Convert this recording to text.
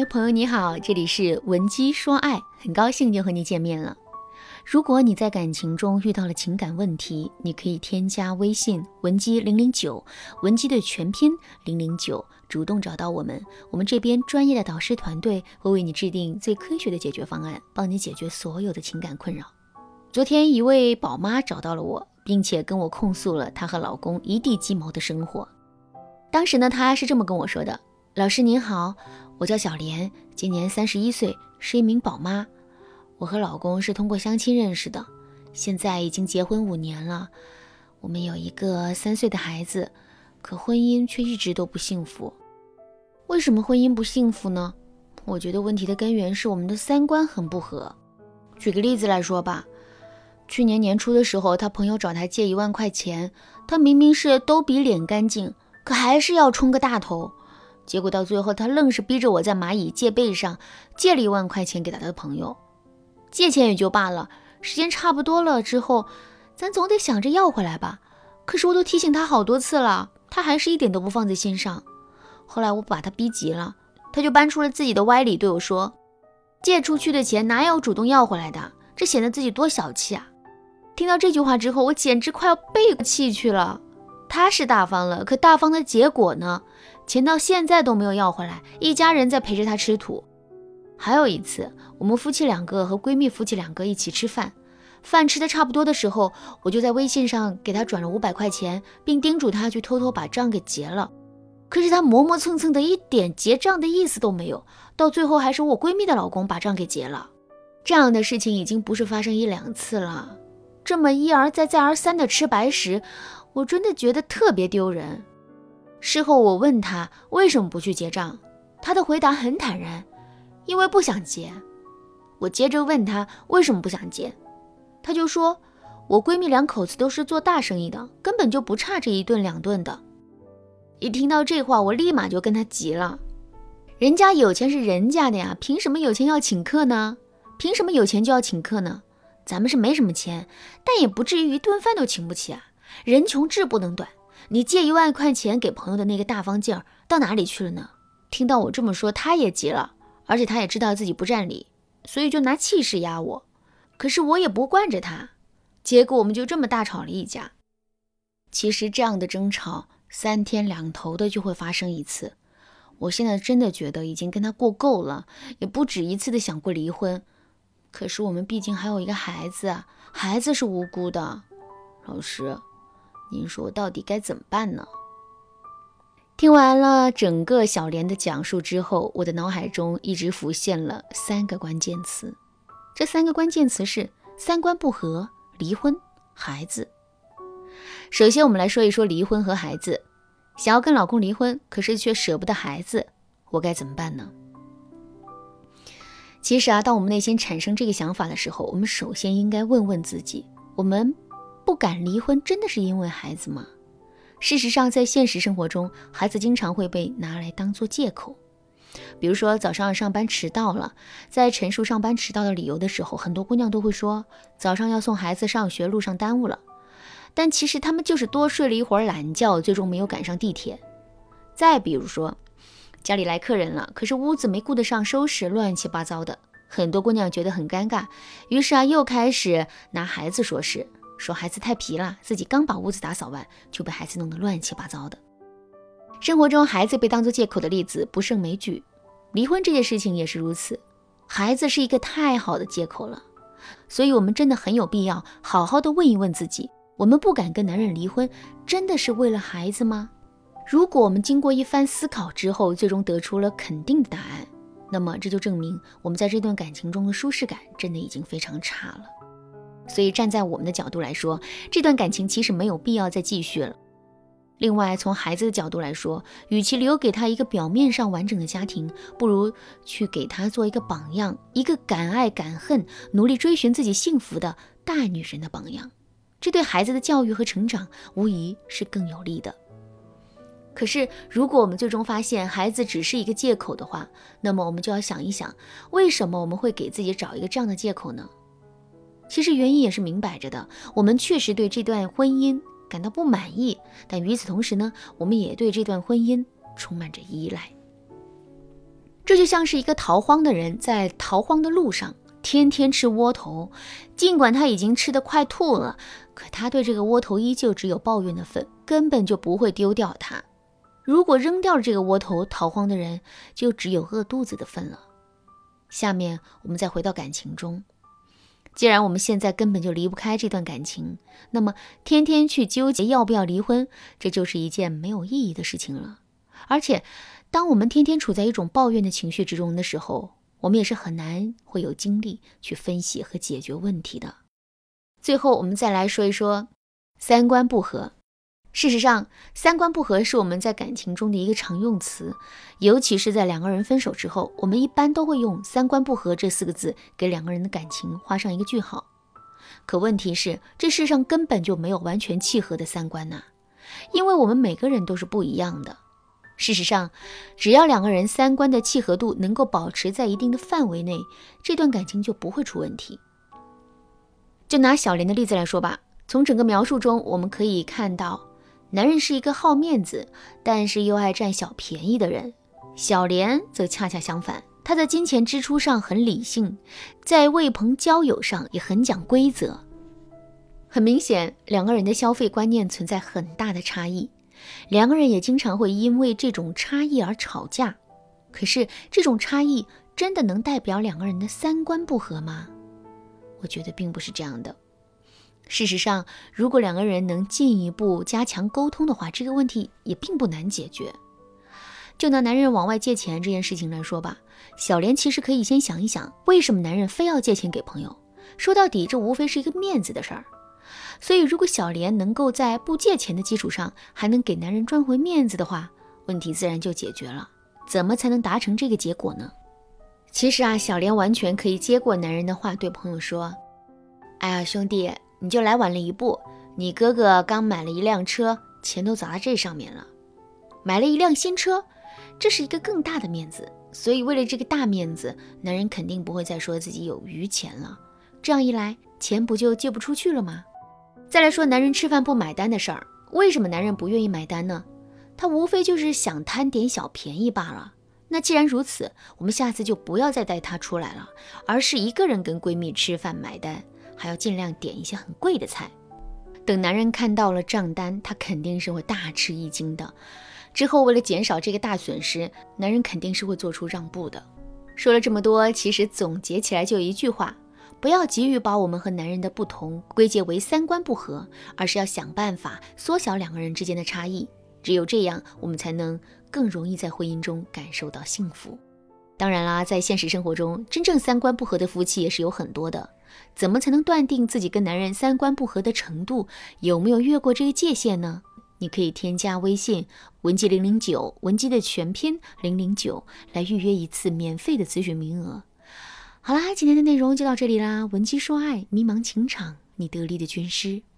嗨，朋友你好，这里是文姬说爱，很高兴又和你见面了。如果你在感情中遇到了情感问题，你可以添加微信文姬009，文姬的全拼009，主动找到我们，我们这边专业的导师团队会为你制定最科学的解决方案，帮你解决所有的情感困扰。昨天一位宝妈找到了我，并且跟我控诉了她和老公一地鸡毛的生活。当时呢，她是这么跟我说的：老师您好，我叫小莲，今年31岁，是一名宝妈。我和老公是通过相亲认识的，现在已经结婚5年了，我们有一个3岁的孩子，可婚姻却一直都不幸福。为什么婚姻不幸福呢？我觉得问题的根源是我们的三观很不合。举个例子来说吧，去年年初的时候，他朋友找他借1万块钱，他明明是都比脸干净，可还是要充个大头。结果到最后，他愣是逼着我在蚂蚁借呗上借了1万块钱给他的朋友。借钱也就罢了，时间差不多了之后，咱总得想着要回来吧。可是我都提醒他好多次了，他还是一点都不放在心上。后来我把他逼急了，他就搬出了自己的歪理对我说，借出去的钱哪有主动要回来的，这显得自己多小气啊。听到这句话之后，我简直快要背过气去了。他是大方了，可大方的结果呢？钱到现在都没有要回来，一家人在陪着他吃土。还有一次，我们夫妻2个和闺蜜夫妻2个一起吃饭，饭吃的差不多的时候，我就在微信上给他转了500块钱，并叮嘱他去偷偷把账给结了。可是他磨磨蹭蹭的，一点结账的意思都没有，到最后还是我闺蜜的老公把账给结了。这样的事情已经不是发生1、2次了，这么一而再再而三的吃白食，我真的觉得特别丢人。事后我问他为什么不去结账，他的回答很坦然，因为不想结。我接着问他为什么不想结，他就说我闺蜜2口子都是做大生意的，根本就不差这1顿2顿的。一听到这话，我立马就跟他急了，人家有钱是人家的呀，凭什么有钱要请客呢？凭什么有钱就要请客呢？咱们是没什么钱，但也不至于1顿饭都请不起啊。人穷志不能短，你借1万块钱给朋友的那个大方劲儿到哪里去了呢？听到我这么说，他也急了，而且他也知道自己不占理，所以就拿气势压我。可是我也不惯着他，结果我们就这么大吵了一架。其实这样的争吵3天2头的就会发生一次。我现在真的觉得已经跟他过够了，也不止1次的想过离婚。可是我们毕竟还有一个孩子啊，孩子是无辜的。老师，您说我到底该怎么办呢？听完了整个小莲的讲述之后，我的脑海中一直浮现了3个关键词。这3个关键词是三观不合、离婚、孩子。首先我们来说一说离婚和孩子。想要跟老公离婚，可是却舍不得孩子，我该怎么办呢？其实当我们内心产生这个想法的时候，我们首先应该问问自己，我们不敢离婚真的是因为孩子吗？事实上，在现实生活中，孩子经常会被拿来当作借口。比如说早上上班迟到了，在陈述上班迟到的理由的时候，很多姑娘都会说早上要送孩子上学，路上耽误了。但其实他们就是多睡了一会儿懒觉，最终没有赶上地铁。再比如说家里来客人了，可是屋子没顾得上收拾，乱七八糟的，很多姑娘觉得很尴尬，于是又开始拿孩子说事，说孩子太皮了，自己刚把屋子打扫完就被孩子弄得乱七八糟的。生活中孩子被当作借口的例子不胜枚举，离婚这件事情也是如此，孩子是一个太好的借口了。所以我们真的很有必要好好的问一问自己，我们不敢跟男人离婚，真的是为了孩子吗？如果我们经过一番思考之后，最终得出了肯定的答案，那么这就证明我们在这段感情中的舒适感真的已经非常差了。所以站在我们的角度来说，这段感情其实没有必要再继续了。另外，从孩子的角度来说，与其留给他一个表面上完整的家庭，不如去给他做一个榜样，一个敢爱敢恨、努力追寻自己幸福的大女人的榜样。这对孩子的教育和成长无疑是更有利的。可是如果我们最终发现孩子只是一个借口的话，那么我们就要想一想，为什么我们会给自己找一个这样的借口呢？其实原因也是明摆着的，我们确实对这段婚姻感到不满意，但与此同时呢，我们也对这段婚姻充满着依赖。 这就像是一个逃荒的人在逃荒的路上天天吃窝头，尽管他已经吃得快吐了，可他对这个窝头依旧只有抱怨的份，根本就不会丢掉它。如果扔掉了这个窝头，逃荒的人就只有饿肚子的份了。下面我们再回到感情中，既然我们现在根本就离不开这段感情，那么天天去纠结要不要离婚，这就是一件没有意义的事情了。而且当我们天天处在一种抱怨的情绪之中的时候，我们也是很难会有精力去分析和解决问题的。最后我们再来说一说三观不合。事实上，三观不合是我们在感情中的一个常用词，尤其是在两个人分手之后，我们一般都会用三观不合这4个字给两个人的感情画上一个句号。可问题是，这世上根本就没有完全契合的三观呐，因为我们每个人都是不一样的。事实上，只要两个人三观的契合度能够保持在一定的范围内，这段感情就不会出问题。就拿小莲的例子来说吧，从整个描述中我们可以看到，男人是一个好面子但是又爱占小便宜的人，小莲则恰恰相反，她在金钱支出上很理性，在为朋交友上也很讲规则。很明显，两个人的消费观念存在很大的差异，两个人也经常会因为这种差异而吵架。可是这种差异真的能代表两个人的三观不合吗？我觉得并不是这样的。事实上，如果两个人能进一步加强沟通的话，这个问题也并不难解决。就拿男人往外借钱这件事情来说吧，小莲其实可以先想一想，为什么男人非要借钱给朋友？说到底，这无非是一个面子的事儿。所以如果小莲能够在不借钱的基础上，还能给男人赚回面子的话，问题自然就解决了。怎么才能达成这个结果呢？其实啊，小莲完全可以接过男人的话，对朋友说，哎呀兄弟，你就来晚了一步，你哥哥刚买了一辆车，钱都砸在这上面了，买了一辆新车，这是一个更大的面子，所以为了这个大面子，男人肯定不会再说自己有余钱了，这样一来，钱不就借不出去了吗？再来说男人吃饭不买单的事儿，为什么男人不愿意买单呢？他无非就是想贪点小便宜罢了。那既然如此，我们下次就不要再带他出来了，而是一个人跟闺蜜吃饭买单，还要尽量点一些很贵的菜。等男人看到了账单，他肯定是会大吃一惊的。之后为了减少这个大损失，男人肯定是会做出让步的。说了这么多，其实总结起来就一句话，不要急于把我们和男人的不同归结为三观不合，而是要想办法缩小两个人之间的差异。只有这样，我们才能更容易在婚姻中感受到幸福。当然啦，在现实生活中，真正三观不合的夫妻也是有很多的。怎么才能断定自己跟男人三观不合的程度有没有越过这个界限呢？你可以添加微信文姬009，文姬的全拼009，来预约一次免费的咨询名额。好啦，今天的内容就到这里啦。文姬说爱，迷茫情场，你得力的军师。